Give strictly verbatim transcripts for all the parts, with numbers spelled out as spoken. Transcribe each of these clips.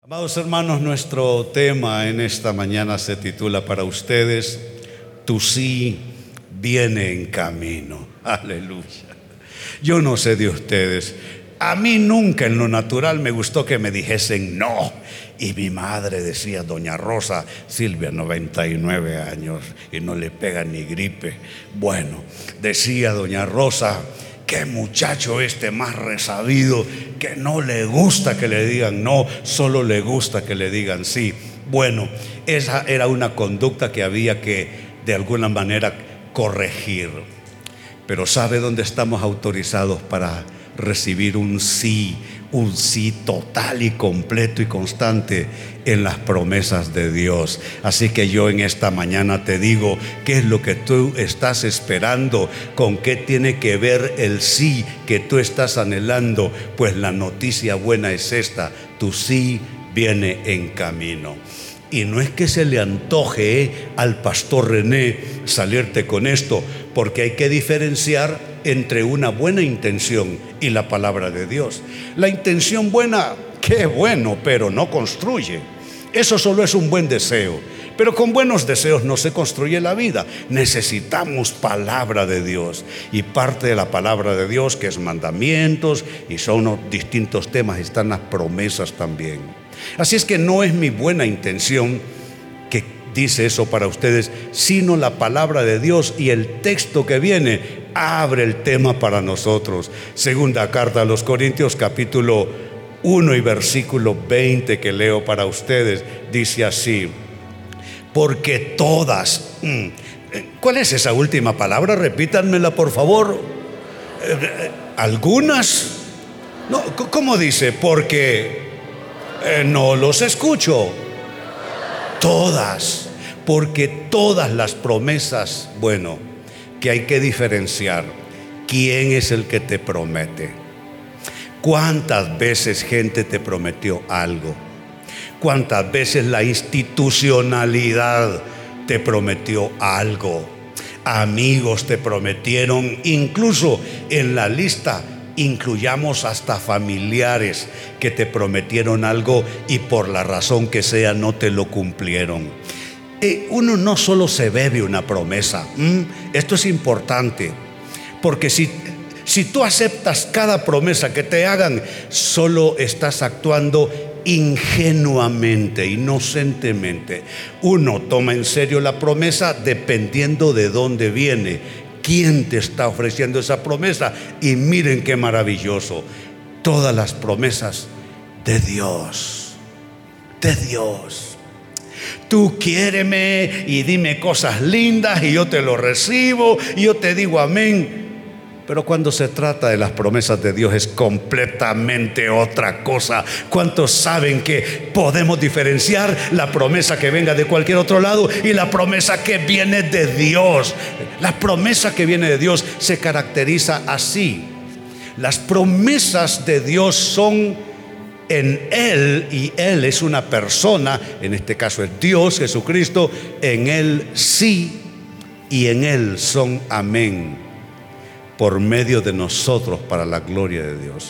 Amados hermanos, nuestro tema en esta mañana se titula para ustedes: Tu sí viene en camino. Aleluya. Yo no sé de ustedes, a mí nunca en lo natural me gustó que me dijesen no. Y mi madre decía, doña Rosa, Silvia, noventa y nueve años y no le pega ni gripe. Bueno, decía doña Rosa, qué muchacho este más resabido, que no le gusta que le digan no, solo le gusta que le digan sí. Bueno, esa era una conducta que había que de alguna manera corregir. Pero ¿sabe dónde estamos autorizados para recibir un sí? Un sí total y completo y constante en las promesas de Dios. Así que yo en esta mañana te digo, ¿qué es lo que tú estás esperando? ¿Con qué tiene que ver el sí que tú estás anhelando? Pues la noticia buena es esta: tu sí viene en camino. Y no es que se le antoje eh, al pastor René salirte con esto, porque hay que diferenciar entre una buena intención y la palabra de Dios. La intención buena, qué bueno, pero no construye. Eso solo es un buen deseo, pero con buenos deseos no se construye la vida. Necesitamos palabra de Dios, y parte de la palabra de Dios, que es mandamientos, y son unos distintos temas, están las promesas también. Así es que no es mi buena intención que dice eso para ustedes, sino la palabra de Dios, y el texto que viene abre el tema para nosotros. Segunda carta a los Corintios, capítulo uno y versículo veinte, que leo para ustedes, dice así: porque todas, ¿cuál es esa última palabra? Repítanmela por favor. ¿Algunas? No, ¿cómo dice? Porque eh, no los escucho. Todas, porque todas las promesas, bueno, que hay que diferenciar quién es el que te promete. ¿Cuántas veces gente te prometió algo? ¿Cuántas veces la institucionalidad te prometió algo? Amigos te prometieron, incluso en la lista incluyamos hasta familiares que te prometieron algo y por la razón que sea no te lo cumplieron. Eh, uno no solo se bebe una promesa. ¿Mm? Esto es importante, porque si, si tú aceptas cada promesa que te hagan, solo estás actuando ingenuamente, inocentemente. Uno toma en serio la promesa dependiendo de dónde viene, quién te está ofreciendo esa promesa. Y miren qué maravilloso, todas las promesas de Dios, de Dios. Tú quiéreme y dime cosas lindas y yo te lo recibo y yo te digo amén. Pero cuando se trata de las promesas de Dios es completamente otra cosa. ¿Cuántos saben que podemos diferenciar la promesa que venga de cualquier otro lado y la promesa que viene de Dios? La promesa que viene de Dios se caracteriza así. Las promesas de Dios son en Él, y Él es una persona, en este caso es Dios, Jesucristo. En Él sí y en Él son amén, por medio de nosotros para la gloria de Dios.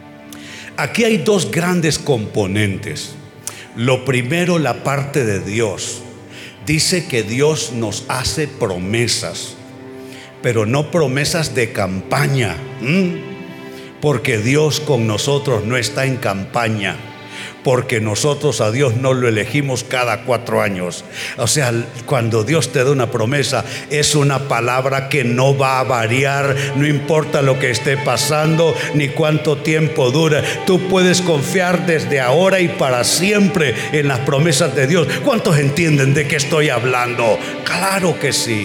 Aquí hay dos grandes componentes. Lo primero, la parte de Dios. Dice que Dios nos hace promesas, pero no promesas de campaña. ¿Mm? Porque Dios con nosotros no está en campaña, porque nosotros a Dios no lo elegimos cada cuatro años. O sea, cuando Dios te da una promesa, es una palabra que no va a variar, no importa lo que esté pasando ni cuánto tiempo dura. Tú puedes confiar desde ahora y para siempre en las promesas de Dios. ¿Cuántos entienden de qué estoy hablando? Claro que sí.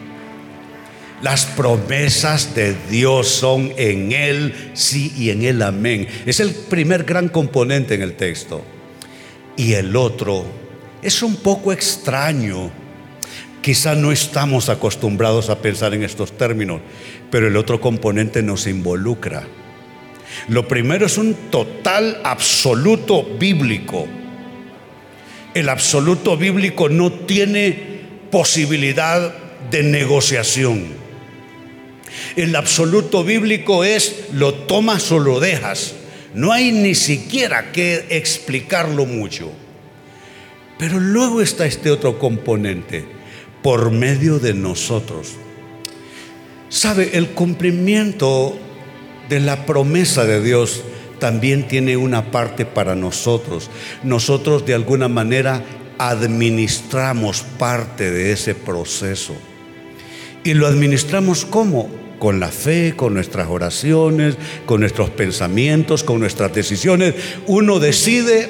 Las promesas de Dios son en Él sí y en Él amén. Es el primer gran componente en el texto. Y el otro es un poco extraño. Quizá no estamos acostumbrados a pensar en estos términos, pero el otro componente nos involucra. Lo primero es un total absoluto bíblico. El absoluto bíblico no tiene posibilidad de negociación. El absoluto bíblico es: lo tomas o lo dejas. No hay ni siquiera que explicarlo mucho. Pero luego está este otro componente, por medio de nosotros. ¿Sabe? El cumplimiento de la promesa de Dios también tiene una parte para nosotros. Nosotros de alguna manera administramos parte de ese proceso. ¿Y lo administramos cómo? Con la fe, con nuestras oraciones, con nuestros pensamientos, con nuestras decisiones. Uno decide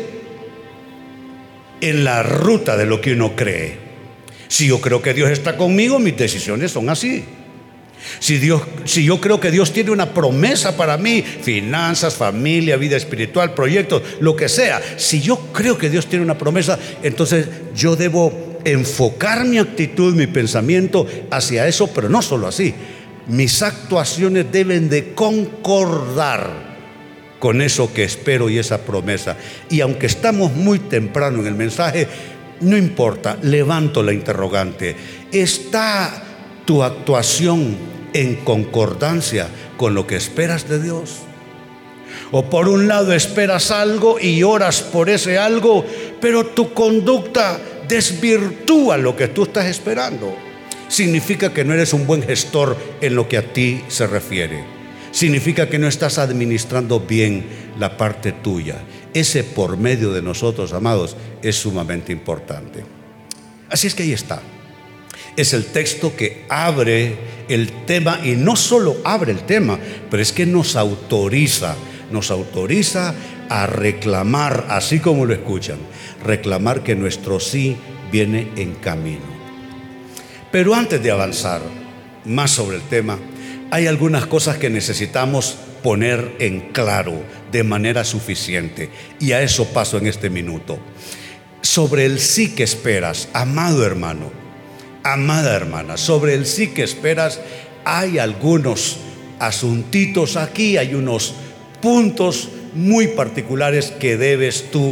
en la ruta de lo que uno cree. Si yo creo que Dios está conmigo, mis decisiones son así. Si, Dios, si yo creo que Dios tiene una promesa para mí, finanzas, familia, vida espiritual, proyectos, lo que sea, si yo creo que Dios tiene una promesa, entonces yo debo enfocar mi actitud, mi pensamiento hacia eso, pero no solo así. Mis actuaciones deben de concordar con eso que espero y esa promesa. Y aunque estamos muy temprano en el mensaje, no importa, levanto la interrogante. ¿Está tu actuación en concordancia con lo que esperas de Dios? O por un lado esperas algo y oras por ese algo, pero tu conducta desvirtúa lo que tú estás esperando. Significa que no eres un buen gestor en lo que a ti se refiere. Significa que no estás administrando bien la parte tuya. Ese por medio de nosotros, amados, es sumamente importante. Así es que ahí está. Es el texto que abre el tema, y no solo abre el tema, pero es que nos autoriza, nos autoriza a reclamar, así como lo escuchan, reclamar que nuestro sí viene en camino. Pero antes de avanzar más sobre el tema, hay algunas cosas que necesitamos poner en claro de manera suficiente, y a eso paso en este minuto. Sobre el sí que esperas, amado hermano, amada hermana, sobre el sí que esperas, hay algunos asuntitos aquí, hay unos puntos muy particulares que debes tú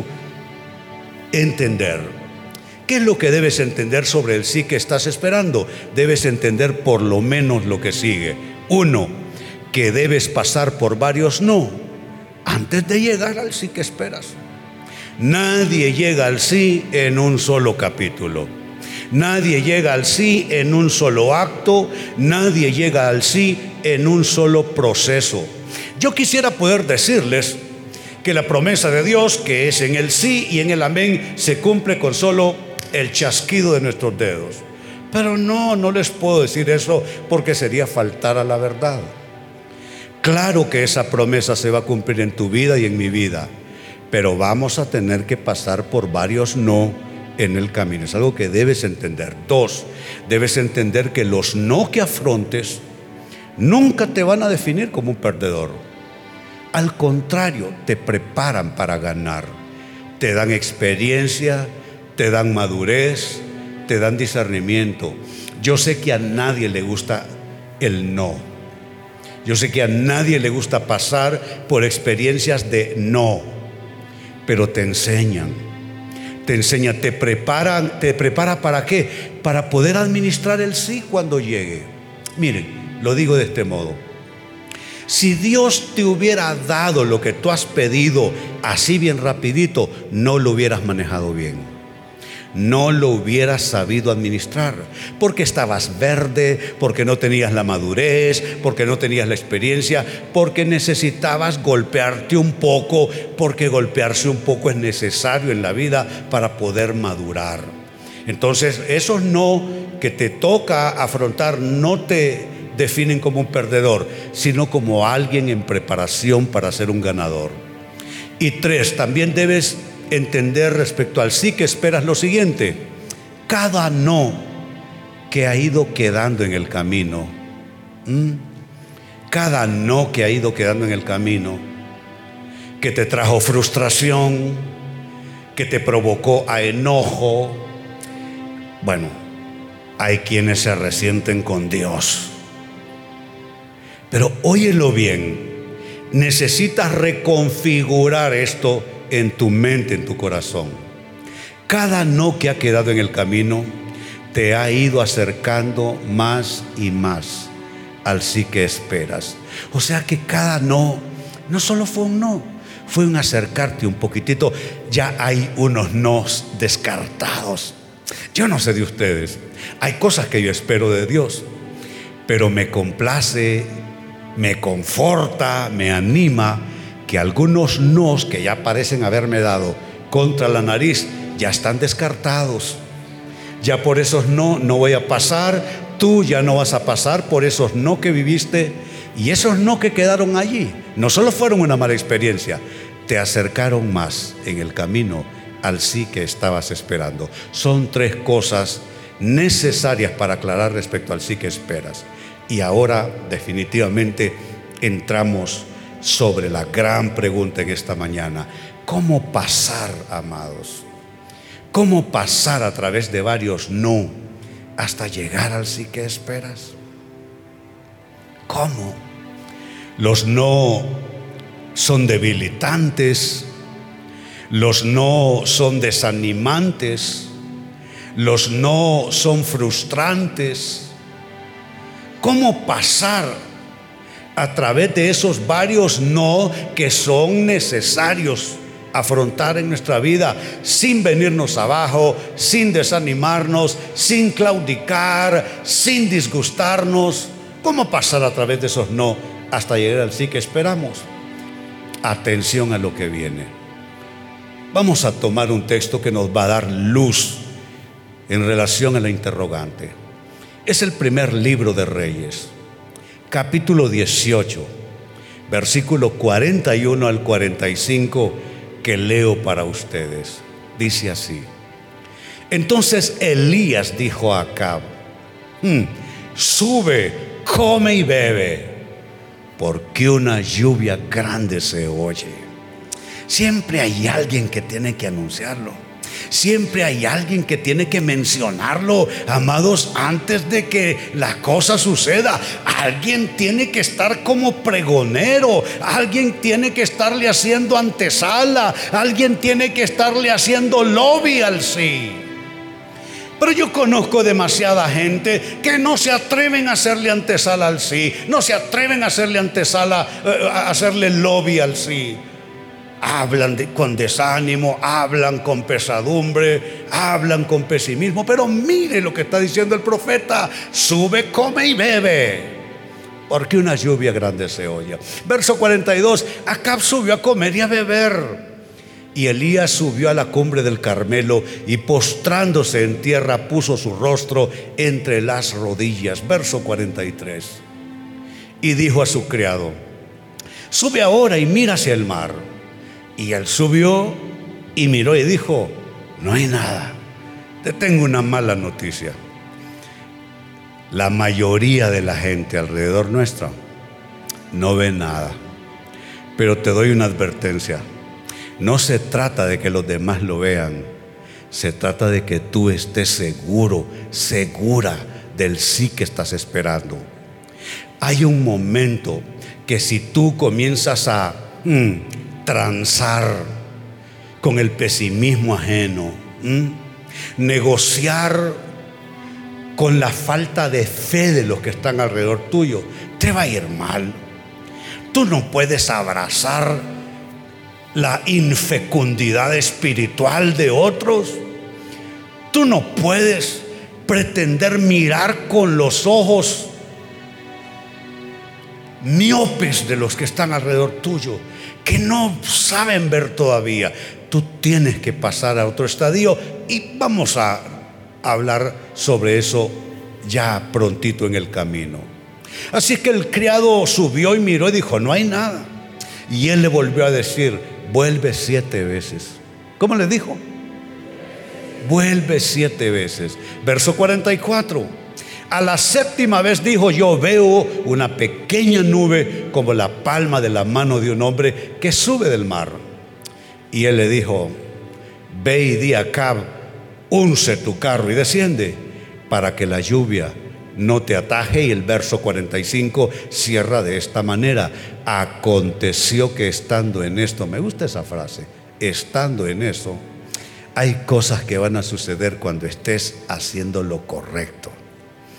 entender. ¿Qué es lo que debes entender sobre el sí que estás esperando? Debes entender por lo menos lo que sigue. Uno, que debes pasar por varios no antes de llegar al sí que esperas. Nadie llega al sí en un solo capítulo. Nadie llega al sí en un solo acto. Nadie llega al sí en un solo proceso. Yo quisiera poder decirles que la promesa de Dios, que es en el sí y en el amén, se cumple con solo el chasquido de nuestros dedos. Pero no, no les puedo decir eso porque sería faltar a la verdad. Claro que esa promesa se va a cumplir en tu vida y en mi vida, pero vamos a tener que pasar por varios no en el camino. Es algo que debes entender. Dos, debes entender que los no que afrontes nunca te van a definir como un perdedor. Al contrario, te preparan para ganar. Te dan experiencia, te dan madurez, te dan discernimiento. Yo sé que a nadie le gusta el no. Yo sé que a nadie le gusta pasar por experiencias de no, pero te enseñan. Te enseña, te preparan, te prepara ¿para qué? Para poder administrar el sí cuando llegue. Miren, lo digo de este modo. Si Dios te hubiera dado lo que tú has pedido así bien rapidito, no lo hubieras manejado bien. No lo hubieras sabido administrar, porque estabas verde, porque no tenías la madurez, porque no tenías la experiencia, porque necesitabas golpearte un poco, porque golpearse un poco es necesario en la vida para poder madurar. Entonces, esos no que te toca afrontar no te definen como un perdedor, sino como alguien en preparación para ser un ganador. Y tres, también debes entender respecto al sí que esperas lo siguiente: cada no que ha ido quedando en el camino, ¿m? cada no que ha ido quedando en el camino, que te trajo frustración, que te provocó a enojo, bueno, hay quienes se resienten con Dios. Pero óyelo bien, necesitas reconfigurar esto en tu mente, en tu corazón. Cada no que ha quedado en el camino te ha ido acercando más y más al sí que esperas. O sea que cada no, no solo fue un no, fue un acercarte un poquitito. Ya hay unos nos descartados. Yo no sé de ustedes, hay cosas que yo espero de Dios, pero me complace, me conforta, me anima que algunos nos que ya parecen haberme dado contra la nariz ya están descartados. Ya por esos no, no voy a pasar. Tú ya no vas a pasar por esos no que viviste. Y esos no que quedaron allí no solo fueron una mala experiencia, te acercaron más en el camino al sí que estabas esperando. Son tres cosas necesarias para aclarar respecto al sí que esperas. Y ahora definitivamente entramos sobre la gran pregunta en esta mañana: ¿cómo pasar, amados? ¿Cómo pasar a través de varios no hasta llegar al sí que esperas? ¿Cómo? Los no son debilitantes, los no son desanimantes, los no son frustrantes. ¿Cómo pasar a través de esos varios no que son necesarios afrontar en nuestra vida sin venirnos abajo, sin desanimarnos, sin claudicar, sin disgustarnos? ¿Cómo pasar a través de esos no hasta llegar al sí que esperamos? Atención a lo que viene. Vamos a tomar un texto que nos va a dar luz en relación a la interrogante. Es el primer libro de Reyes, capítulo dieciocho, versículo cuarenta y uno al cuarenta y cinco, que leo para ustedes. Dice así: entonces Elías dijo a Acab: hmm, sube, come y bebe, porque una lluvia grande se oye. Siempre hay alguien que tiene que anunciarlo. Siempre hay alguien que tiene que mencionarlo, amados, antes de que la cosa suceda. Alguien tiene que estar como pregonero. Alguien tiene que estarle haciendo antesala. Alguien tiene que estarle haciendo lobby al sí. Pero yo conozco demasiada gente que no se atreven a hacerle antesala al sí. No se atreven a hacerle antesala, a hacerle lobby al sí. Hablan de, con desánimo, hablan con pesadumbre, hablan con pesimismo. Pero mire lo que está diciendo el profeta: sube, come y bebe, porque una lluvia grande se oye. Verso cuarenta y dos: Acab subió a comer y a beber. Y Elías subió a la cumbre del Carmelo y postrándose en tierra puso su rostro entre las rodillas. Verso cuarenta y tres: y dijo a su criado: sube ahora y mira hacia el mar. Y él subió y miró y dijo: no hay nada. Te tengo una mala noticia. La mayoría de la gente alrededor nuestro no ve nada. Pero te doy una advertencia: no se trata de que los demás lo vean, se trata de que tú estés seguro, segura del sí que estás esperando. Hay un momento que si tú comienzas a mm, transar con el pesimismo ajeno, mm, negociar con la falta de fe de los que están alrededor tuyo, te va a ir mal. Tú no puedes abrazar la infecundidad espiritual de otros. Tú no puedes pretender mirar con los ojos miopes de los que están alrededor tuyo, que no saben ver todavía. Tú tienes que pasar a otro estadio, y vamos a hablar sobre eso ya prontito en el camino. Así que el criado subió y miró y dijo: no hay nada. Y él le volvió a decir: vuelve siete veces. ¿Cómo le dijo? Vuelve siete veces. Verso cuarenta y cuatro: a la séptima vez dijo: yo veo una pequeña nube como la palma de la mano de un hombre que sube del mar. Y él le dijo: ve y di a Acab: unce tu carro y desciende, para que la lluvia no te ataje. Y el verso cuarenta y cinco cierra de esta manera: aconteció que estando en esto, me gusta esa frase, estando en eso, hay cosas que van a suceder cuando estés haciendo lo correcto.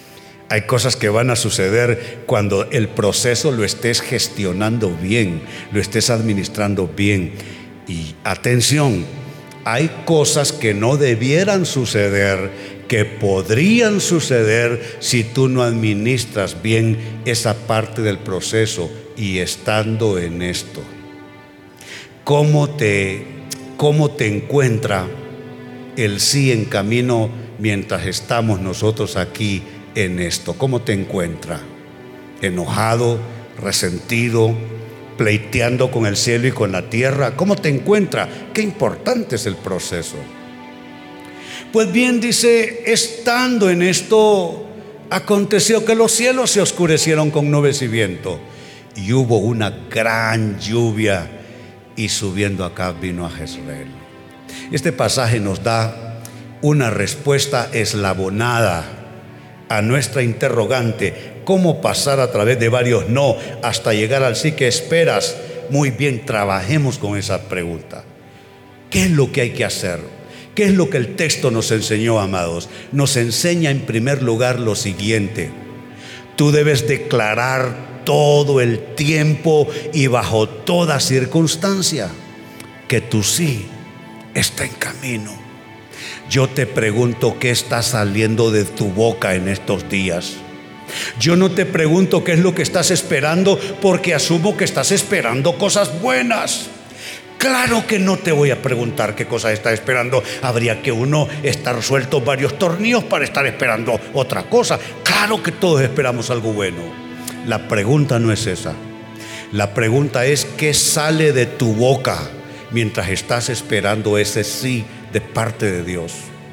Hay cosas que van a suceder cuando el proceso lo estés gestionando bien, lo estés administrando bien. Y atención, hay cosas que no debieran suceder, que podrían suceder si tú no administras bien esa parte del proceso. Y estando en esto, ¿cómo te, cómo te encuentra el sí en camino mientras estamos nosotros aquí en esto? ¿Cómo te encuentra? ¿Enojado, resentido, pleiteando con el cielo y con la tierra? ¿Cómo te encuentra? Qué importante es el proceso. Pues bien, dice, estando en esto, aconteció que los cielos se oscurecieron con nubes y viento, y hubo una gran lluvia, y subiendo acá vino a Jezreel. Este pasaje nos da una respuesta eslabonada a nuestra interrogante: ¿cómo pasar a través de varios no hasta llegar al sí que esperas? Muy bien, trabajemos con esa pregunta. ¿Qué es lo que hay que hacer? ¿Qué es lo que el texto nos enseñó, amados? Nos enseña en primer lugar lo siguiente: tú debes declarar todo el tiempo y bajo toda circunstancia que tu sí está en camino. Yo te pregunto, ¿qué está saliendo de tu boca en estos días? Yo no te pregunto qué es lo que estás esperando, porque asumo que estás esperando cosas buenas. Claro que no te voy a preguntar qué cosa estás esperando. Habría que uno estar suelto varios tornillos para estar esperando otra cosa. Claro que todos esperamos algo bueno. La pregunta no es esa. La pregunta es: ¿qué sale de tu boca mientras estás esperando ese sí de parte de Dios?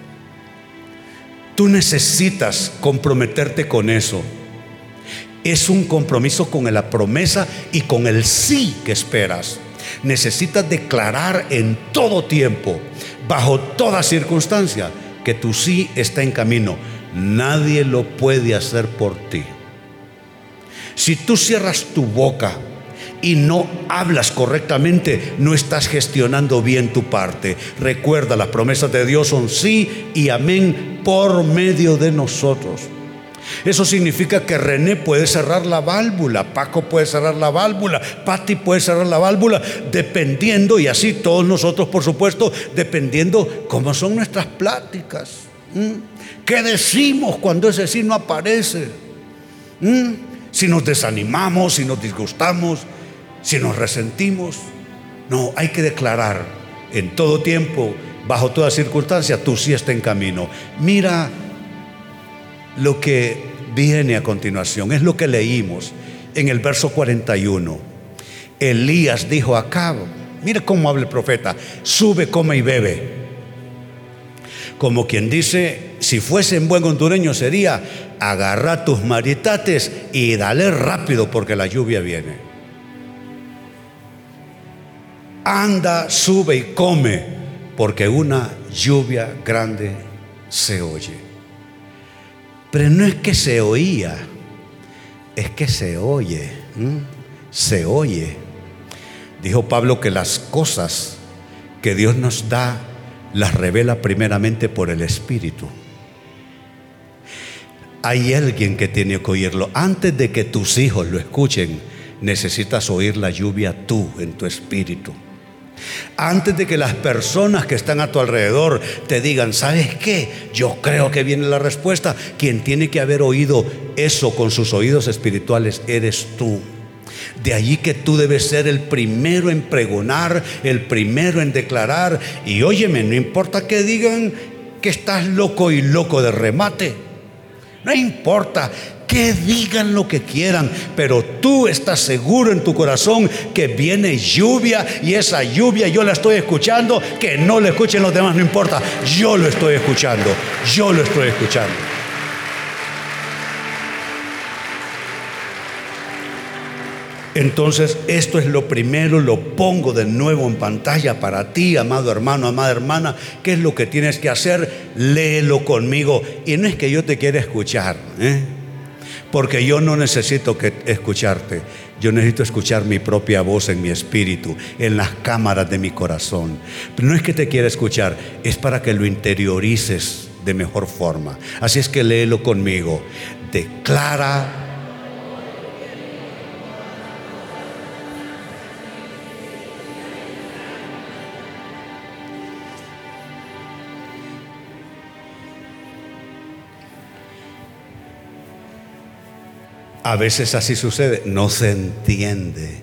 Tú necesitas comprometerte con eso. Es un compromiso con la promesa y con el sí que esperas. Necesitas declarar en todo tiempo, bajo toda circunstancia, que tu sí está en camino. Nadie lo puede hacer por ti. Si tú cierras tu boca y no hablas correctamente, no estás gestionando bien tu parte. Recuerda, las promesas de Dios son sí y amén por medio de nosotros. Eso significa que René puede cerrar la válvula, Paco puede cerrar la válvula, Patti puede cerrar la válvula, dependiendo, y así todos nosotros, por supuesto, dependiendo cómo son nuestras pláticas. ¿Mm? ¿Qué decimos cuando ese sí no aparece? ¿Mm? Si nos desanimamos, si nos disgustamos, si nos resentimos. No, hay que declarar en todo tiempo, bajo toda circunstancia, tú sí está en camino. Mira lo que viene a continuación, es lo que leímos en el verso cuarenta y uno. Elías dijo a Acab, mira cómo habla el profeta: sube, come y bebe. Como quien dice, si fuese en buen hondureño sería: agarra tus maritates y dale rápido porque la lluvia viene. Anda, sube y come, porque una lluvia grande se oye. Pero no es que se oía, es que se oye. ¿Mm? Se oye. Dijo Pablo que las cosas que Dios nos da las revela primeramente por el Espíritu. Hay alguien que tiene que oírlo. Antes de que tus hijos lo escuchen, necesitas oír la lluvia tú en tu espíritu. Antes de que las personas que están a tu alrededor te digan, ¿sabes qué? Yo creo que viene la respuesta. Quien tiene que haber oído eso con sus oídos espirituales eres tú. De allí que tú debes ser el primero en pregonar, el primero en declarar. Y óyeme, no importa que digan que estás loco y loco de remate. No importa que digan lo que quieran, pero tú estás seguro en tu corazón que viene lluvia, y esa lluvia yo la estoy escuchando. Que no la escuchen los demás, no importa, yo lo estoy escuchando, yo lo estoy escuchando. Entonces, esto es lo primero, lo pongo de nuevo en pantalla para ti, amado hermano, amada hermana. ¿Qué es lo que tienes que hacer? Léelo conmigo. Y no es que yo te quiera escuchar, ¿eh? Porque yo no necesito que escucharte. Yo necesito escuchar mi propia voz en mi espíritu, en las cámaras de mi corazón. Pero no es que te quiera escuchar, es para que lo interiorices de mejor forma. Así es que léelo conmigo. declara. A veces así sucede, no se entiende.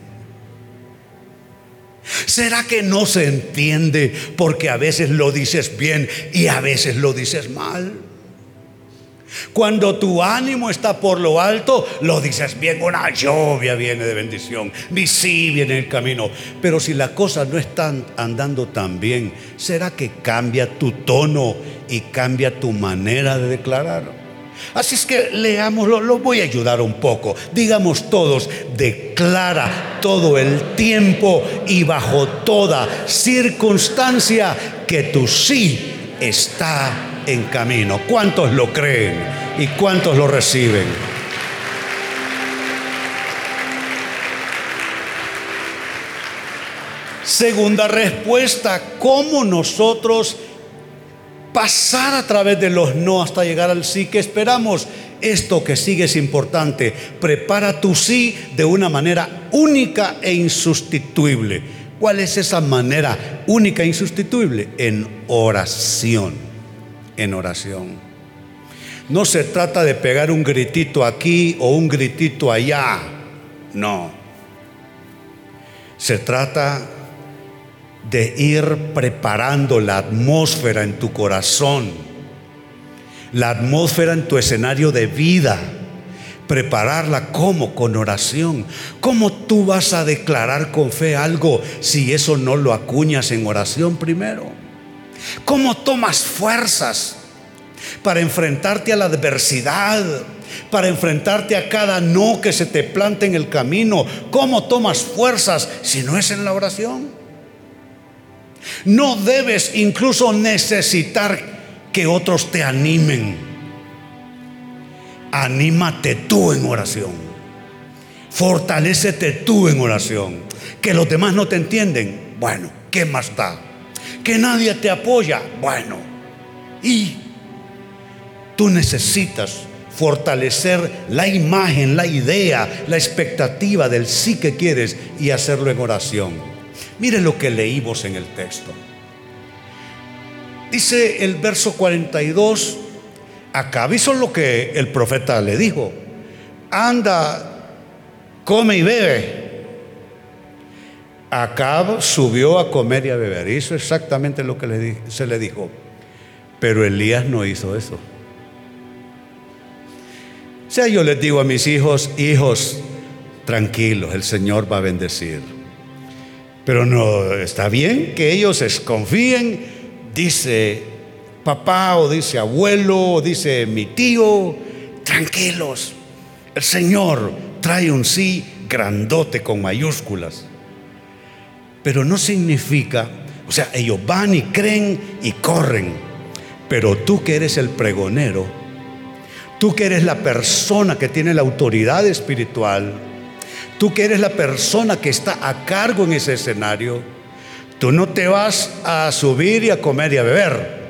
¿Será que no se entiende porque a veces lo dices bien y a veces lo dices mal? Cuando tu ánimo está por lo alto, lo dices bien, una lluvia viene de bendición, mi sí viene en el camino. Pero si las cosas no están andando tan bien, ¿será que cambia tu tono y cambia tu manera de declarar? Así es que leámoslo, lo voy a ayudar un poco. Digamos todos, declara todo el tiempo y bajo toda circunstancia que tu sí está en camino. ¿Cuántos lo creen y cuántos lo reciben? Segunda respuesta, ¿cómo nosotros pasar a través de los no hasta llegar al sí que esperamos? Esto que sigue es importante. Prepara tu sí de una manera única e insustituible. ¿Cuál es esa manera única e insustituible? En oración. En oración. No se trata de pegar un gritito aquí o un gritito allá. No. Se trata de ir preparando la atmósfera en tu corazón, la atmósfera en tu escenario de vida. Prepararla como con oración. ¿Cómo tú vas a declarar con fe algo si eso no lo acuñas en oración primero? ¿Cómo tomas fuerzas para enfrentarte a la adversidad, para enfrentarte a cada no que se te plante en el camino? ¿Cómo tomas fuerzas si no es en la oración? No debes incluso necesitar que otros te animen. Anímate tú en oración. Fortalécete tú en oración. Que los demás no te entienden, bueno, ¿qué más da? Que nadie te apoya, bueno, y tú necesitas fortalecer la imagen, la idea, la expectativa del sí que quieres y hacerlo en oración. Mire lo que leímos en el texto. Dice el verso cuarenta y dos, Acab hizo lo que el profeta le dijo: anda, come y bebe. Acab subió a comer y a beber. Hizo exactamente lo que le, se le dijo. Pero Elías no hizo eso. O sea, yo les digo a mis hijos: hijos, tranquilos, el Señor va a bendecir. Pero no está bien que ellos confíen, dice papá o dice abuelo o dice mi tío, tranquilos, el Señor trae un sí grandote con mayúsculas. Pero no significa, o sea, ellos van y creen y corren, pero tú que eres el pregonero, tú que eres la persona que tiene la autoridad espiritual, tú que eres la persona que está a cargo en ese escenario, tú no te vas a subir y a comer y a beber.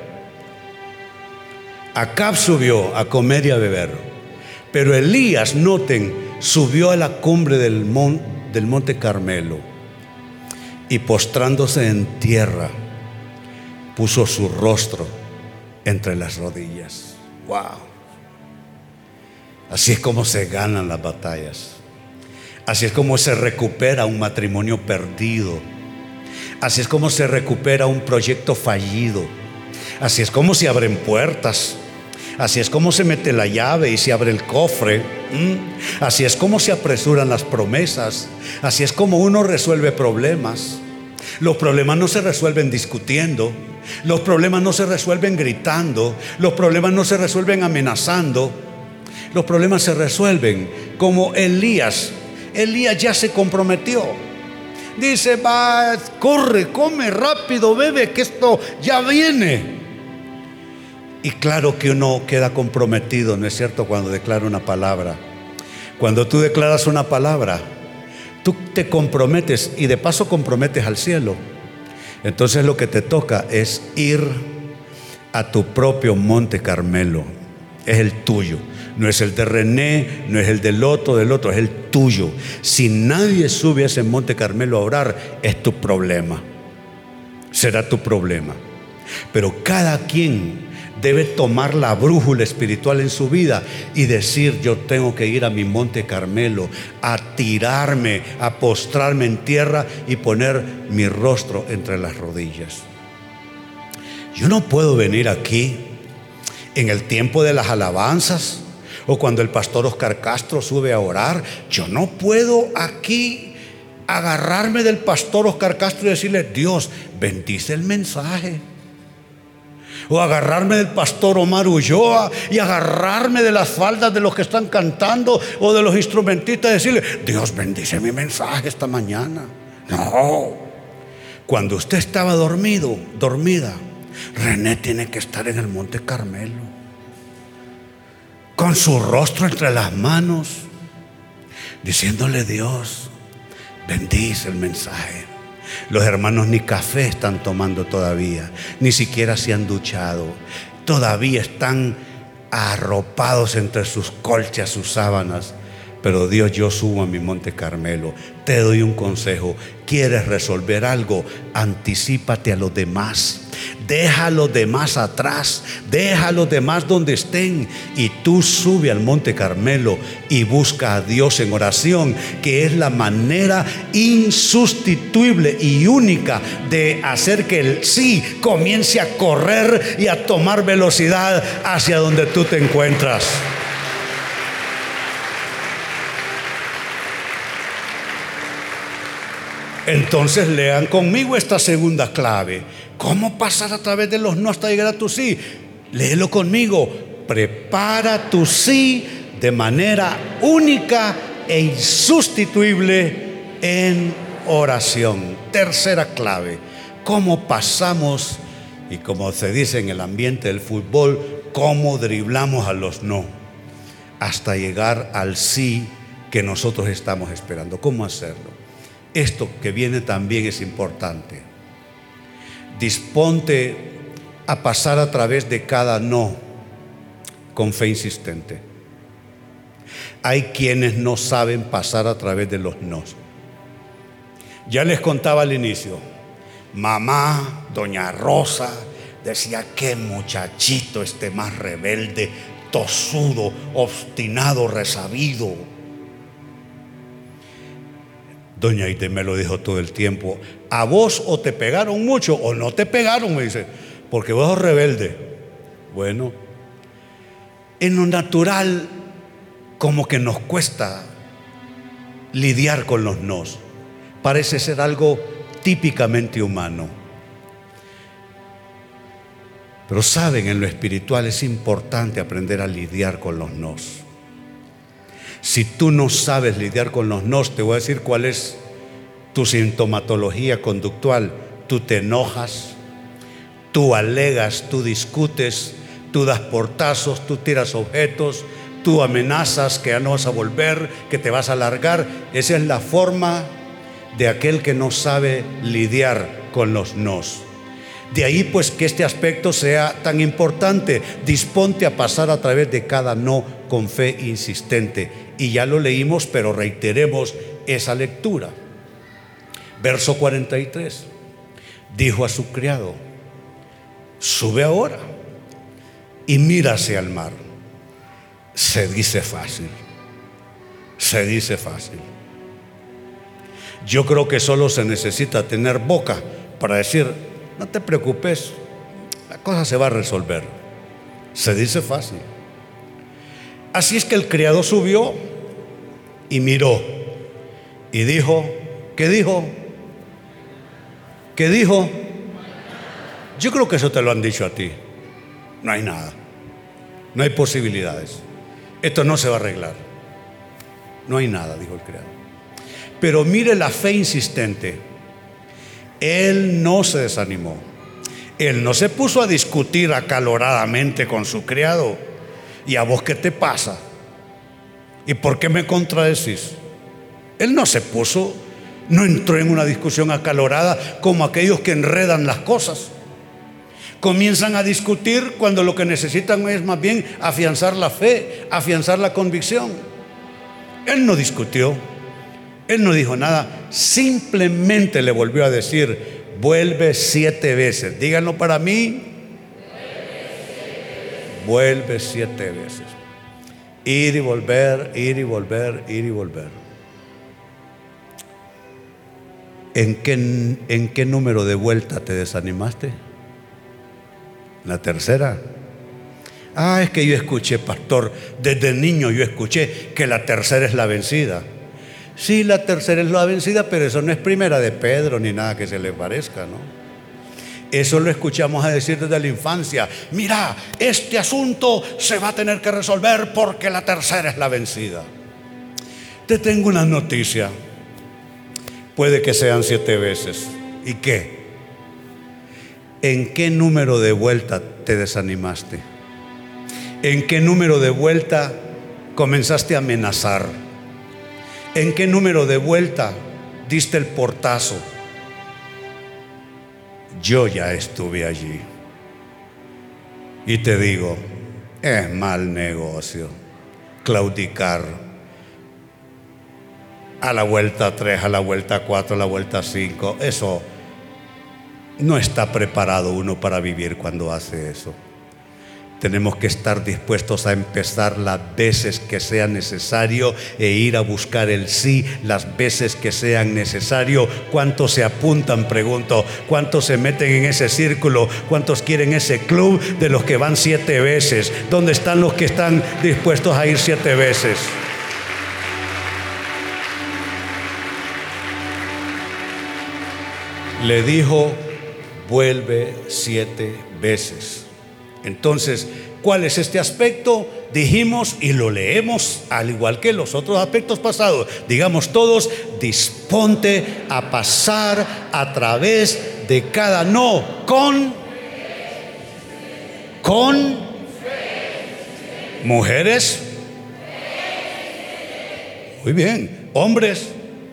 Acab subió a comer y a beber, pero Elías, noten, subió a la cumbre del, mon, del monte Carmelo y postrándose en tierra, puso su rostro entre las rodillas. Wow. Así es como se ganan las batallas. Así es como se recupera un matrimonio perdido. Así es como se recupera un proyecto fallido. Así es como se abren puertas. Así es como se mete la llave y se abre el cofre. ¿Mm? Así es como se apresuran las promesas. Así es como uno resuelve problemas. Los problemas no se resuelven discutiendo. Los problemas no se resuelven gritando. Los problemas no se resuelven amenazando. Los problemas se resuelven como Elías. Elías ya se comprometió. Dice: va, corre, come rápido, bebe, que esto ya viene. Y claro que uno queda comprometido, ¿no es cierto?, cuando declara una palabra. Cuando tú declaras una palabra, tú te comprometes y de paso comprometes al cielo. Entonces lo que te toca es ir a tu propio monte Carmelo es el tuyo. No es el de René, no es el del otro, del otro, es el tuyo. Si nadie sube a ese Monte Carmelo a orar, es tu problema. Será tu problema. Pero cada quien debe tomar la brújula espiritual en su vida y decir: yo tengo que ir a mi Monte Carmelo, a tirarme, a postrarme en tierra y poner mi rostro entre las rodillas. Yo no puedo venir aquí en el tiempo de las alabanzas o cuando el pastor Oscar Castro sube a orar. Yo no puedo aquí agarrarme del pastor Oscar Castro y decirle: Dios, bendice el mensaje. O agarrarme del pastor Omar Ulloa y agarrarme de las faldas de los que están cantando o de los instrumentistas y decirle: Dios, bendice mi mensaje esta mañana. No. Cuando usted estaba dormido, dormida, René tiene que estar en el Monte Carmelo, con su rostro entre las manos, diciéndole: Dios, bendice el mensaje. Los hermanos ni café están tomando todavía, ni siquiera se han duchado, todavía están arropados entre sus colchas, sus sábanas. Pero Dios, yo subo a mi Monte Carmelo. Te doy un consejo: ¿quieres resolver algo? Anticípate a los demás. Deja a los demás atrás, deja a los demás donde estén, y tú sube al Monte Carmelo y busca a Dios en oración, que es la manera insustituible y única de hacer que el sí comience a correr y a tomar velocidad hacia donde tú te encuentras. Entonces lean conmigo esta segunda clave: ¿cómo pasar a través de los no hasta llegar a tu sí? Léelo conmigo: prepara tu sí de manera única e insustituible en oración. Tercera clave: ¿cómo pasamos? Y como se dice en el ambiente del fútbol, ¿cómo driblamos a los no hasta llegar al sí que nosotros estamos esperando? ¿Cómo hacerlo? Esto que viene también es importante. Disponte a pasar a través de cada no con fe insistente. Hay quienes no saben pasar a través de los no. Ya les contaba al inicio, mamá, doña Rosa, decía: qué muchachito este más rebelde, tosudo, obstinado, resabido. Doña Ite me lo dijo todo el tiempo: a vos o te pegaron mucho o no te pegaron, me dice, porque vos sos rebelde. Bueno, en lo natural como que nos cuesta lidiar con los nos. Parece ser algo típicamente humano. Pero saben, en lo espiritual es importante aprender a lidiar con los nos. Si tú no sabes lidiar con los nos, te voy a decir cuál es tu sintomatología conductual. Tú te enojas, tú alegas, tú discutes, tú das portazos, tú tiras objetos, tú amenazas que ya no vas a volver, que te vas a largar. Esa es la forma de aquel que no sabe lidiar con los nos. De ahí pues que este aspecto sea tan importante. Disponte a pasar a través de cada no con fe insistente. Y ya lo leímos, pero reiteremos esa lectura. Verso cuarenta y tres. Dijo a su criado: sube ahora y mírase al mar. Se dice fácil. Se dice fácil. Yo creo que solo se necesita tener boca para decir: no te preocupes, la cosa se va a resolver. Se dice fácil. Así es que el criado subió y miró y dijo: ¿qué dijo? ¿Qué dijo? Yo creo que eso te lo han dicho a ti. No hay nada, no hay posibilidades, esto no se va a arreglar. No hay nada, dijo el criado. Pero mire la fe insistente. Él no se desanimó. Él no se puso a discutir acaloradamente con su criado: ¿y a vos qué te pasa? ¿Y por qué me contradecís? Él no se puso, no entró en una discusión acalorada como aquellos que enredan las cosas, Comienzan a discutir cuando lo que necesitan es más bien afianzar la fe, afianzar la convicción. Él no discutió, él no dijo nada, simplemente le volvió a decir: vuelve siete veces. Díganlo para mí. Vuelve siete veces. Ir y volver, ir y volver, ir y volver. ¿En qué, en qué número de vuelta te desanimaste? La tercera. Ah, es que yo escuché, pastor, desde niño yo escuché que la tercera es la vencida. Sí, la tercera es la vencida, pero eso no es primera de Pedro ni nada que se le parezca, ¿no? Eso lo escuchamos a decir desde la infancia. Mira, este asunto se va a tener que resolver porque la tercera es la vencida. Te tengo una noticia. Puede que sean siete veces. ¿Y qué? ¿En qué número de vuelta te desanimaste? ¿En qué número de vuelta comenzaste a amenazar? ¿En qué número de vuelta diste el portazo? Yo ya estuve allí y te digo, es mal negocio claudicar a la vuelta tres, a la vuelta cuatro, a la vuelta cinco. Eso no está preparado uno para vivir cuando hace eso. Tenemos que estar dispuestos a empezar las veces que sea necesario e ir a buscar el sí las veces que sean necesario. ¿Cuántos se apuntan? Pregunto. ¿Cuántos se meten en ese círculo? ¿Cuántos quieren ese club de los que van siete veces? ¿Dónde están los que están dispuestos a ir siete veces? Le dijo: vuelve siete veces. Entonces, ¿cuál es este aspecto? Dijimos y lo leemos al igual que los otros aspectos pasados. Digamos todos: disponte a pasar a través de cada no con con mujeres. Muy bien. Hombres.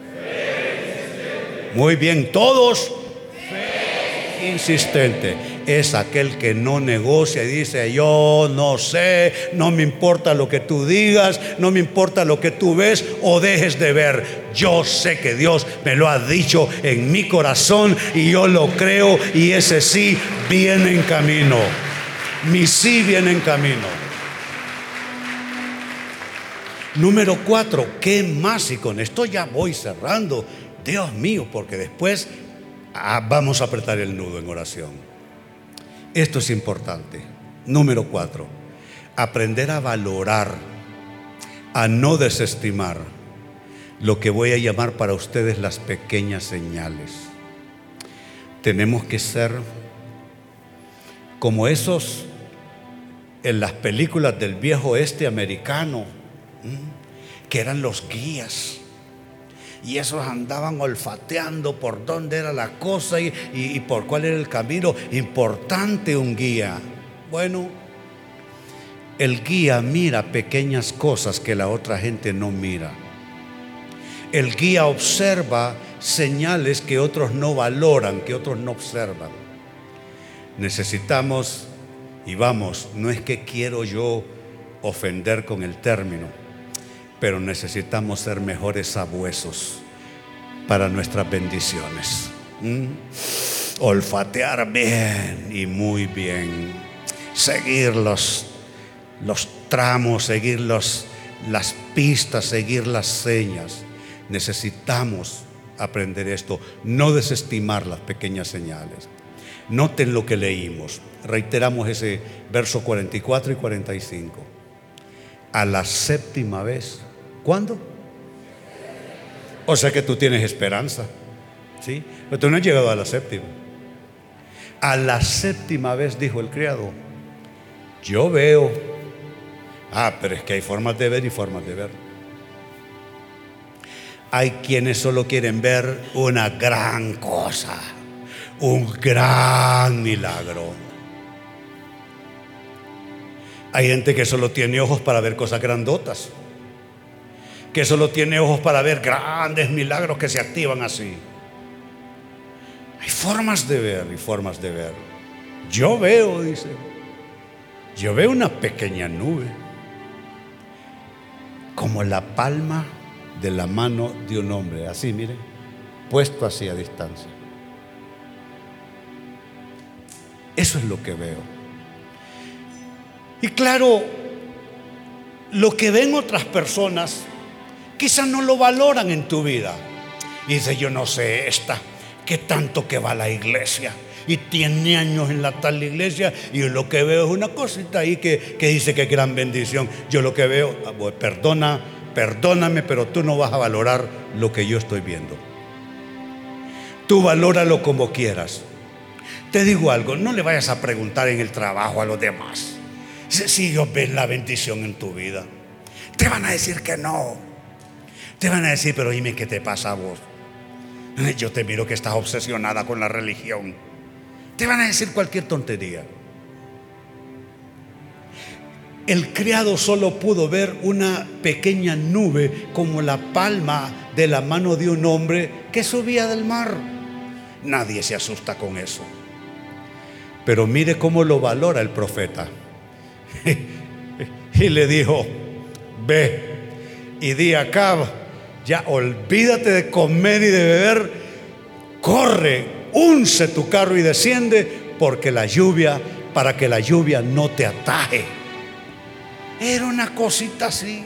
Muy bien. Todos. Insistente. Es aquel que no negocia y dice: yo no sé, no me importa lo que tú digas, no me importa lo que tú ves o dejes de ver. Yo sé que Dios me lo ha dicho en mi corazón y yo lo creo, y ese sí viene en camino. Mi sí viene en camino. Número cuatro, ¿qué más? Y con esto ya voy cerrando. Dios mío, porque después ah, vamos a apretar el nudo en oración. Esto es importante. Número cuatro, aprender a valorar, a no desestimar lo que voy a llamar para ustedes las pequeñas señales. Tenemos que ser como esos en las películas del viejo oeste americano, que eran los guías. Y esos andaban olfateando por dónde era la cosa y, y, y por cuál era el camino. Importante un guía. Bueno, el guía mira pequeñas cosas que la otra gente no mira. El guía observa señales que otros no valoran, que otros no observan. Necesitamos, y vamos, no es que quiero yo ofender con el término, pero necesitamos ser mejores sabuesos para nuestras bendiciones. ¿Mm? Olfatear bien y muy bien. Seguir los, los tramos, seguir los, las pistas, seguir las señas. Necesitamos aprender esto. No desestimar las pequeñas señales. Noten lo que leímos. Reiteramos ese verso cuarenta y cuatro y cuarenta y cinco. A la séptima vez. ¿Cuándo? O sea que tú tienes esperanza, ¿sí? Pero tú no has llegado a la séptima. A la séptima vez dijo el criado: yo veo. Ah, pero es que hay formas de ver y formas de ver. Hay quienes solo quieren ver una gran cosa, un gran milagro. Hay gente que solo tiene ojos para ver cosas grandotas, que solo tiene ojos para ver grandes milagros que se activan así. Hay formas de ver y formas de ver. Yo veo, dice, yo veo una pequeña nube, como la palma de la mano de un hombre, así, mire, puesto así a distancia. Eso es lo que veo. Y claro, lo que ven otras personas quizás no lo valoran en tu vida. Y dice, yo no sé esta, qué tanto que va a la iglesia y tiene años en la tal iglesia, y yo lo que veo es una cosita ahí que, que dice que es gran bendición. Yo lo que veo, perdona, perdóname, pero tú no vas a valorar lo que yo estoy viendo. Tú valóralo como quieras. Te digo algo, no le vayas a preguntar en el trabajo a los demás si ellos ven la bendición en tu vida. Te van a decir que no. Te van a decir, pero dime qué te pasa a vos. Yo te miro que estás obsesionada con la religión. Te van a decir cualquier tontería. El criado solo pudo ver una pequeña nube como la palma de la mano de un hombre que subía del mar. Nadie se asusta con eso. Pero mire cómo lo valora el profeta. Y le dijo, ve y di a Acab, ya olvídate de comer y de beber, corre, unce tu carro y desciende, porque la lluvia, para que la lluvia no te ataje. Era una cosita así.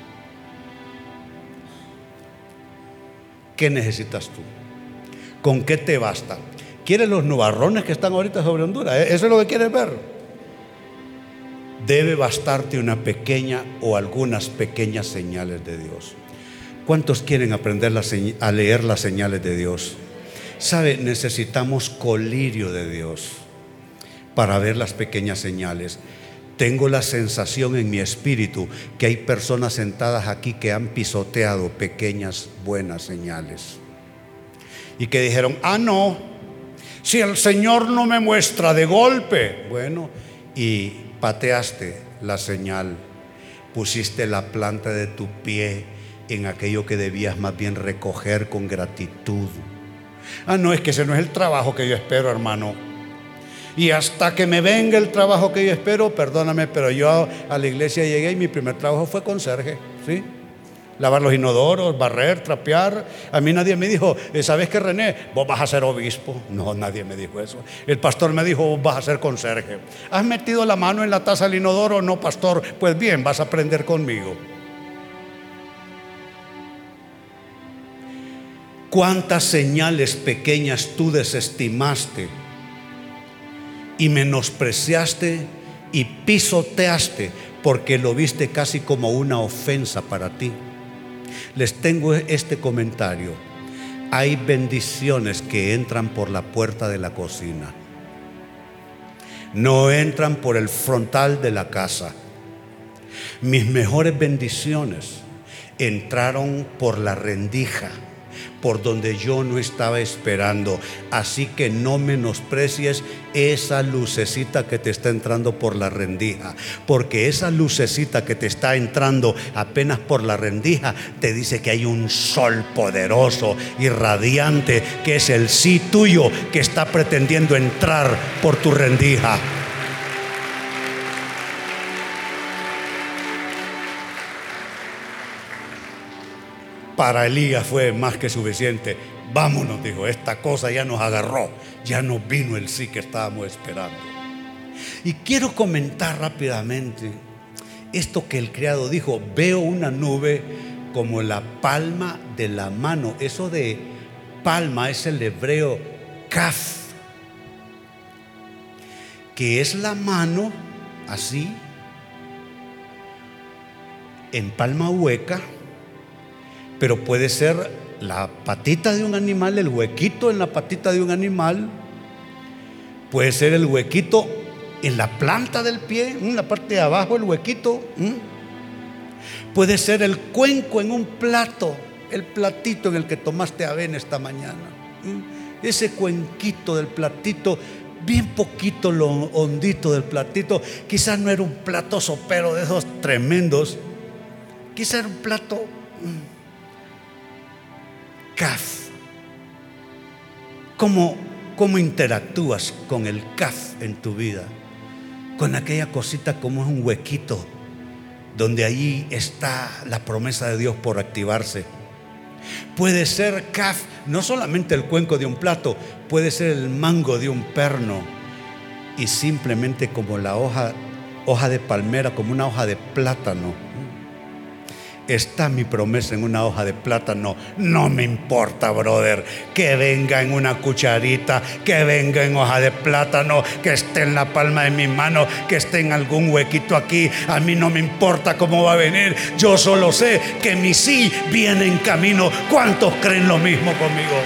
¿Qué necesitas tú? ¿Con qué te basta? ¿Quieres los nubarrones que están ahorita sobre Honduras? ¿Eso es lo que quieres ver? Debe bastarte una pequeña o algunas pequeñas señales de Dios. ¿Cuántos quieren aprender a leer las señales de Dios? ¿Sabe? Necesitamos colirio de Dios para ver las pequeñas señales. Tengo la sensación en mi espíritu que hay personas sentadas aquí que han pisoteado pequeñas buenas señales y que dijeron, ah no, si el Señor no me muestra de golpe, bueno, y pateaste la señal, pusiste la planta de tu pie en aquello que debías más bien recoger con gratitud. Ah, no, es que ese no es el trabajo que yo espero, hermano. Y hasta que me venga el trabajo que yo espero, perdóname, pero yo a la iglesia llegué y mi primer trabajo fue conserje, ¿sí? Lavar los inodoros, barrer, trapear. A mí nadie me dijo, ¿sabes qué, René? Vos vas a ser obispo. No, nadie me dijo eso. El pastor me dijo, vos vas a ser conserje. ¿Has metido la mano en la taza del inodoro? No, pastor. Pues bien, vas a aprender conmigo. ¿Cuántas señales pequeñas tú desestimaste y menospreciaste y pisoteaste porque lo viste casi como una ofensa para ti? Les tengo este comentario. Hay bendiciones que entran por la puerta de la cocina, no entran por el frontal de la casa. Mis mejores bendiciones entraron por la rendija, por donde yo no estaba esperando. Así que no menosprecies esa lucecita que te está entrando por la rendija, porque esa lucecita que te está entrando apenas por la rendija te dice que hay un sol poderoso y radiante, que es el sí tuyo, que está pretendiendo entrar por tu rendija. Para Elías fue más que suficiente. Vámonos, dijo, esta cosa ya nos agarró, ya nos vino el sí que estábamos esperando. Y quiero comentar rápidamente esto que el criado dijo: veo una nube como la palma de la mano. Eso de palma es el hebreo kaf, que es la mano así, en palma hueca. Pero puede ser la patita de un animal, el huequito en la patita de un animal. Puede ser el huequito en la planta del pie, en la parte de abajo, el huequito. Puede ser el cuenco en un plato, el platito en el que tomaste avena esta mañana. Ese cuenquito del platito, bien poquito lo hondito del platito. Quizás no era un plato sopero de esos tremendos. Quizás era un plato kaf, como cómo interactúas con el C A F en tu vida, con aquella cosita como es un huequito, donde ahí está la promesa de Dios por activarse. Puede ser C A F, no solamente el cuenco de un plato, puede ser el mango de un perno, y simplemente como la hoja, hoja de palmera, como una hoja de plátano. Está mi promesa en una hoja de plátano. No me importa, brother, que venga en una cucharita, que venga en hoja de plátano, que esté en la palma de mi mano, que esté en algún huequito aquí. A mí no me importa cómo va a venir. Yo solo sé que mi sí viene en camino. ¿Cuántos creen lo mismo conmigo?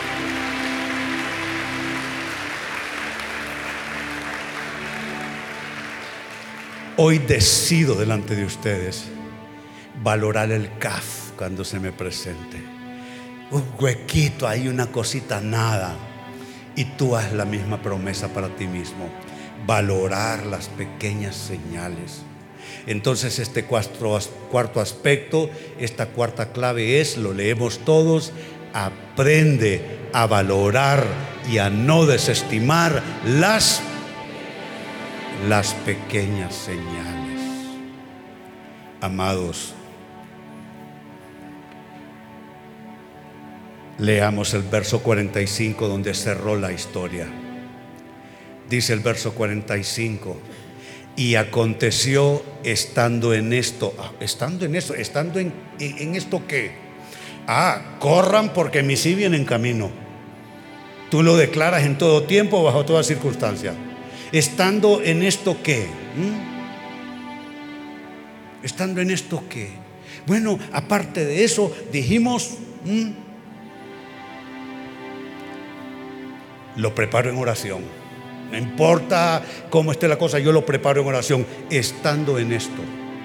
Hoy decido delante de ustedes valorar el C A F cuando se me presente. Un huequito ahí, una cosita, nada. Y tú haz la misma promesa para ti mismo. Valorar las pequeñas señales. Entonces este cuarto, cuarto aspecto, esta cuarta clave es, lo leemos todos: aprende a valorar y a no desestimar las, las pequeñas señales. Amados, leamos el verso cuarenta y cinco, donde cerró la historia. Dice el verso cuarenta y cinco: y aconteció estando en esto, estando en esto, estando en, en esto ¿qué? Ah, corran porque mi sí viene en camino. Tú lo declaras en todo tiempo, bajo toda circunstancia. Estando en esto ¿qué? ¿Mm? Estando en esto ¿qué? Bueno, aparte de eso, dijimos, ¿Mm? lo preparo en oración. No importa cómo esté la cosa, yo lo preparo en oración. Estando en esto,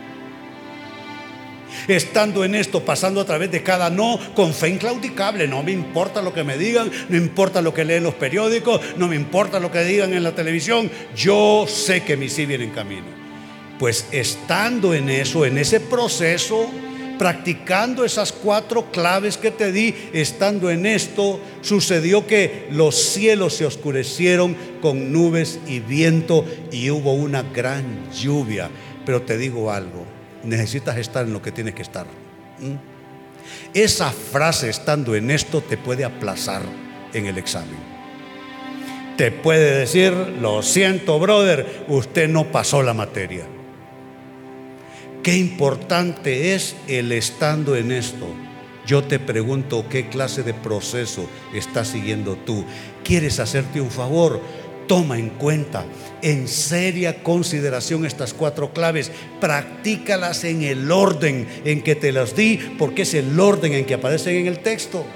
estando en esto, pasando a través de cada no, con fe inclaudicable. No me importa lo que me digan, no importa lo que leen los periódicos, no me importa lo que digan en la televisión. Yo sé que mi sí viene en camino. Pues estando en eso, en ese proceso, practicando esas cuatro claves que te di, estando en esto, sucedió que los cielos se oscurecieron con nubes y viento, y hubo una gran lluvia. Pero te digo algo, necesitas estar en lo que tienes que estar. ¿Mm? Esa frase, estando en esto, te puede aplazar en el examen. Te puede decir: lo siento, brother, usted no pasó la materia. Qué importante es el estando en esto. Yo te pregunto, ¿qué clase de proceso estás siguiendo tú? ¿Quieres hacerte un favor? Toma en cuenta, en seria consideración, estas cuatro claves. Practícalas en el orden en que te las di, porque es el orden en que aparecen en el texto.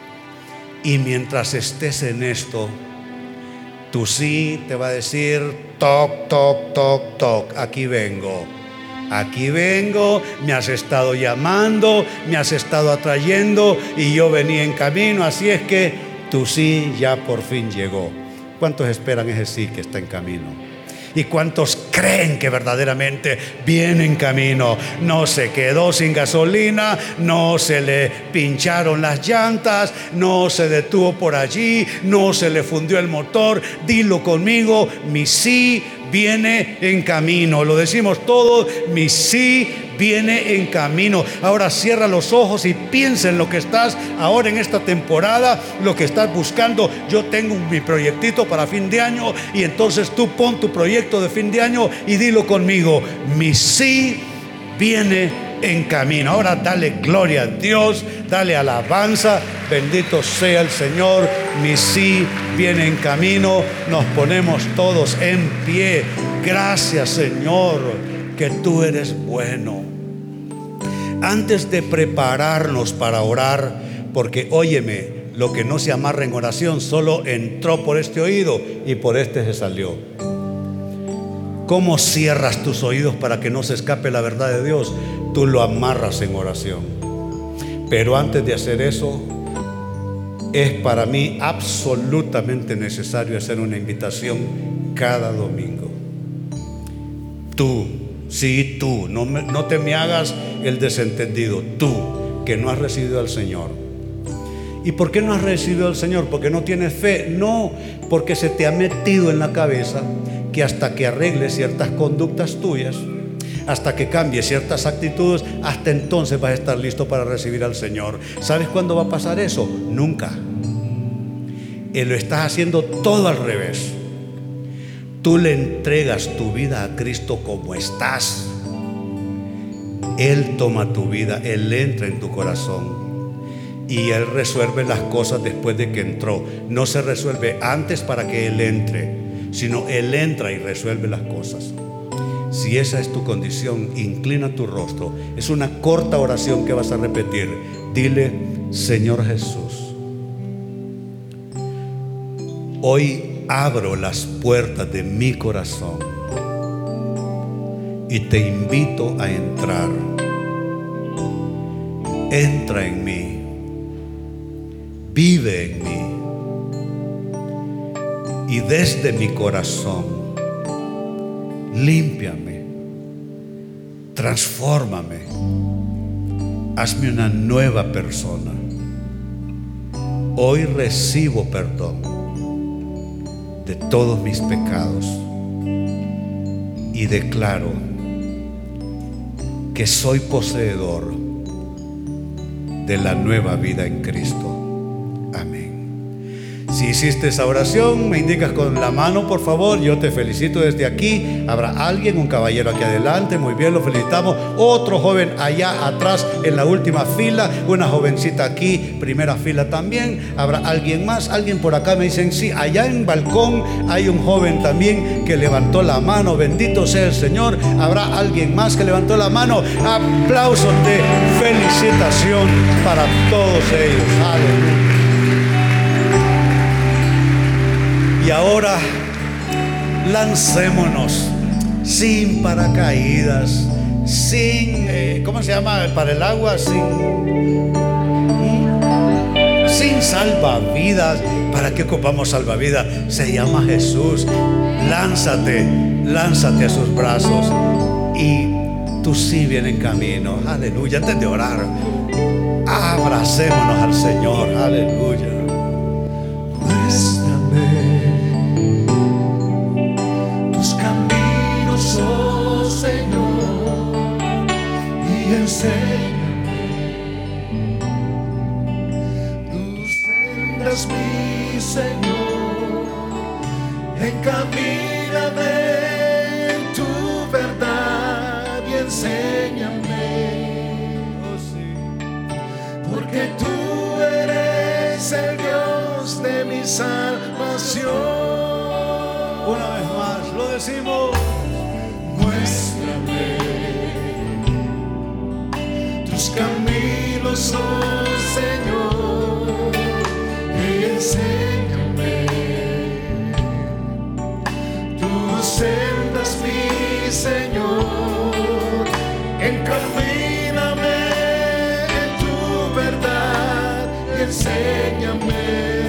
Y mientras estés en esto, tu sí te va a decir: toc, toc, toc, toc, aquí vengo. Aquí vengo, me has estado llamando, me has estado atrayendo, y yo venía en camino. Así es que tu sí ya por fin llegó. ¿Cuántos esperan ese sí que está en camino? ¿Y cuántos creen que verdaderamente viene en camino? No se quedó sin gasolina, no se le pincharon las llantas, no se detuvo por allí, no se le fundió el motor. Dilo conmigo: mi sí viene en camino. Lo decimos todos: mi sí viene en camino. Ahora cierra los ojos y piensa en lo que estás ahora en esta temporada, lo que estás buscando. Yo tengo mi proyectito para fin de año, y entonces tú pon tu proyecto de fin de año y dilo conmigo: mi sí viene en camino. Ahora dale gloria a Dios, dale alabanza. Bendito sea el Señor. Mi sí viene en camino. Nos ponemos todos en pie. Gracias, Señor, que tú eres bueno. Antes de prepararnos para orar, porque óyeme, lo que no se amarra en oración solo entró por este oído y por este se salió. ¿Cómo cierras tus oídos para que no se escape la verdad de Dios? Tú lo amarras en oración. Pero antes de hacer eso, es para mí absolutamente necesario hacer una invitación cada domingo. Tú, sí, tú, no, me, no te me hagas el desentendido. Tú, que no has recibido al Señor ¿Y por qué no has recibido al Señor? Porque no tienes fe. No, porque se te ha metido en la cabeza que hasta que arregles ciertas conductas tuyas, hasta que cambies ciertas actitudes, hasta entonces vas a estar listo para recibir al Señor. ¿Sabes cuándo va a pasar eso? Nunca. Y lo estás haciendo todo al revés. Tú le entregas tu vida a Cristo como estás. Él toma tu vida, Él entra en tu corazón y Él resuelve las cosas después de que entró. No se resuelve antes para que Él entre, sino Él entra y resuelve las cosas. Si esa es tu condición, inclina tu rostro. Es una corta oración que vas a repetir. Dile: Señor Jesús, hoy abro las puertas de mi corazón y te invito a entrar. Entra en mí, vive en mí, y desde mi corazón límpiame, transfórmame, hazme una nueva persona. Hoy recibo perdón de todos mis pecados y declaro que soy poseedor de la nueva vida en Cristo. Amén. Si hiciste esa oración, me indicas con la mano, por favor. Yo te felicito desde aquí. Habrá alguien, un caballero aquí adelante. Muy bien, lo felicitamos. Otro joven allá atrás en la última fila. Una jovencita aquí, primera fila también. Habrá alguien más. Alguien por acá me dicen sí. Allá en balcón hay un joven también que levantó la mano. Bendito sea el Señor. Habrá alguien más que levantó la mano. Aplausos de felicitación para todos ellos. Aleluya. Y ahora lancémonos sin paracaídas, sin, eh, ¿cómo se llama? Para el agua, sin, sin salvavidas. ¿Para qué ocupamos salvavidas? Se llama Jesús. Lánzate, lánzate a sus brazos y tú sí vienes en camino. Aleluya. Antes de orar, abracémonos al Señor. Aleluya. Enséñame tus sendas, mi Señor. Encamíname en tu verdad y enséñame, porque tú eres el Dios de mi salvación. Una vez más lo decimos. Muéstrame tus caminos, oh Señor, y enséñame tus sendas, mi Señor. Encamíname en tu verdad y enséñame,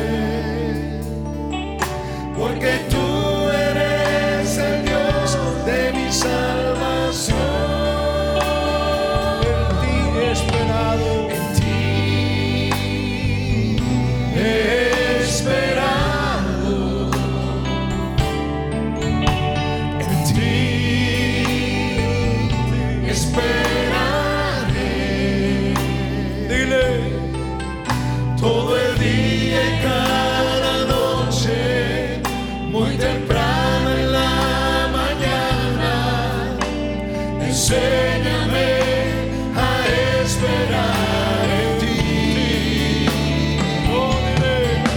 porque tú eres el Dios de mi salvación. Todo el día y cada noche, muy temprano en la mañana, enséñame a esperar en ti. Oh, dile,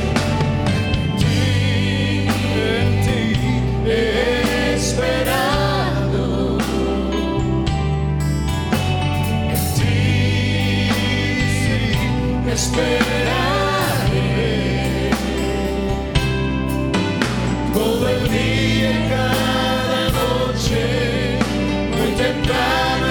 en ti, en ti he esperado, en ti esperado. Todo el día y cada noche, muy temprano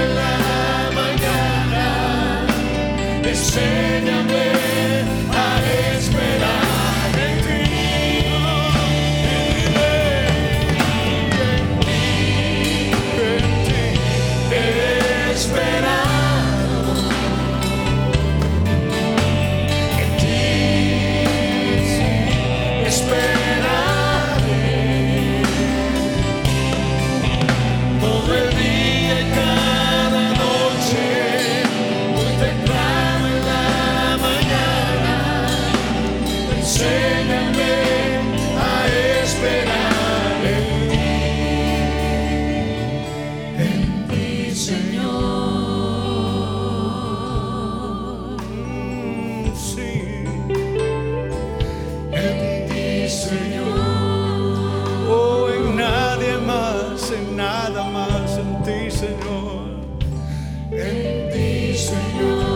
nada más en ti, Señor. En ti, Señor.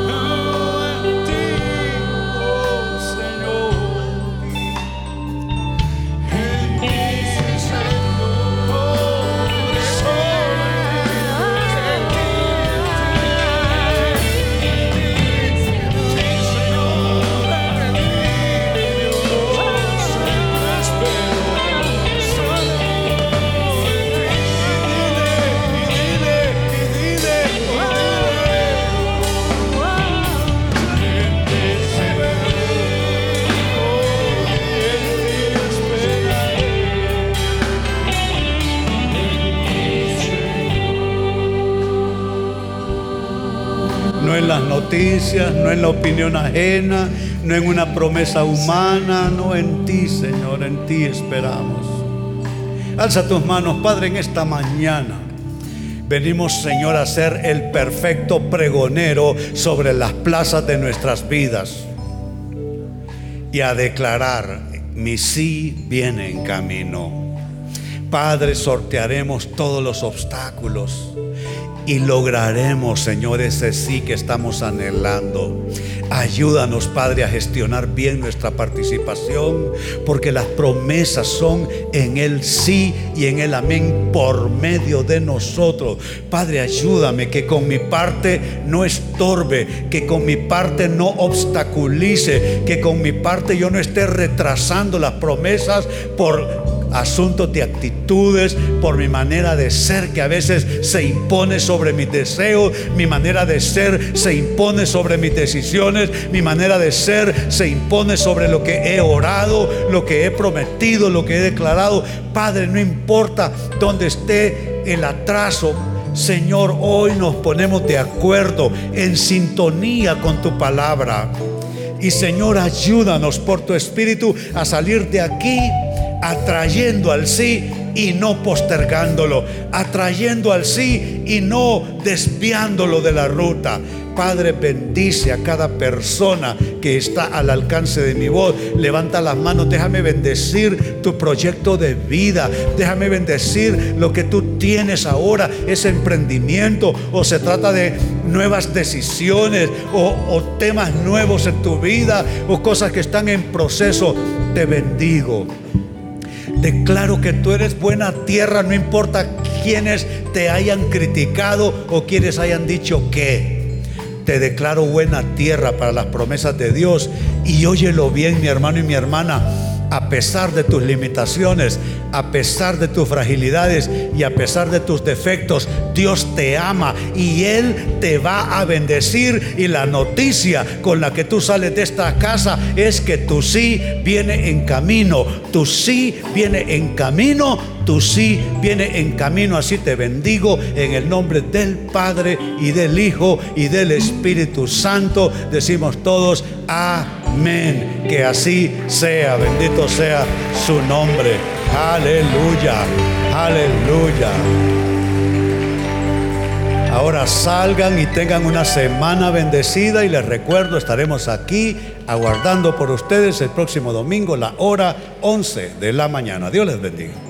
No en las noticias, no en la opinión ajena, no en una promesa humana, no en ti, Señor, en ti esperamos. Alza tus manos, Padre, en esta mañana. Venimos, Señor, a ser el perfecto pregonero sobre las plazas de nuestras vidas y a declarar: mi sí viene en camino. Padre, sortearemos todos los obstáculos y lograremos, Señor, ese sí que estamos anhelando. Ayúdanos, Padre, a gestionar bien nuestra participación, porque las promesas son en el sí y en el amén por medio de nosotros. Padre, ayúdame que con mi parte no estorbe, que con mi parte no obstaculice, que con mi parte yo no esté retrasando las promesas por asuntos de actitudes, por mi manera de ser que a veces se impone sobre mis deseos, mi manera de ser se impone sobre mis decisiones, mi manera de ser se impone sobre lo que he orado, lo que he prometido, lo que he declarado. Padre, no importa dónde esté el atraso, Señor, hoy nos ponemos de acuerdo, en sintonía con tu palabra. Y Señor, ayúdanos por tu Espíritu a salir de aquí atrayendo al sí y no postergándolo, atrayendo al sí y no desviándolo de la ruta. Padre, bendice a cada persona que está al alcance de mi voz. Levanta las manos, déjame bendecir tu proyecto de vida, déjame bendecir lo que tú tienes ahora, ese emprendimiento, o se trata de nuevas decisiones o, o temas nuevos en tu vida, o cosas que están en proceso. Te bendigo. Declaro que tú eres buena tierra, no importa quienes te hayan criticado o quienes hayan dicho que. Te declaro buena tierra para las promesas de Dios. Y óyelo bien, mi hermano y mi hermana, a pesar de tus limitaciones, a pesar de tus fragilidades y a pesar de tus defectos, Dios te ama y Él te va a bendecir. Y la noticia con la que tú sales de esta casa es que tu sí viene en camino, tu sí viene en camino, tu sí viene en camino. Así te bendigo en el nombre del Padre y del Hijo y del Espíritu Santo. Decimos todos amén. Que así sea. Bendito sea su nombre. Aleluya, aleluya. Ahora salgan y tengan una semana bendecida, y les recuerdo, estaremos aquí aguardando por ustedes el próximo domingo, la hora once de la mañana. Dios les bendiga.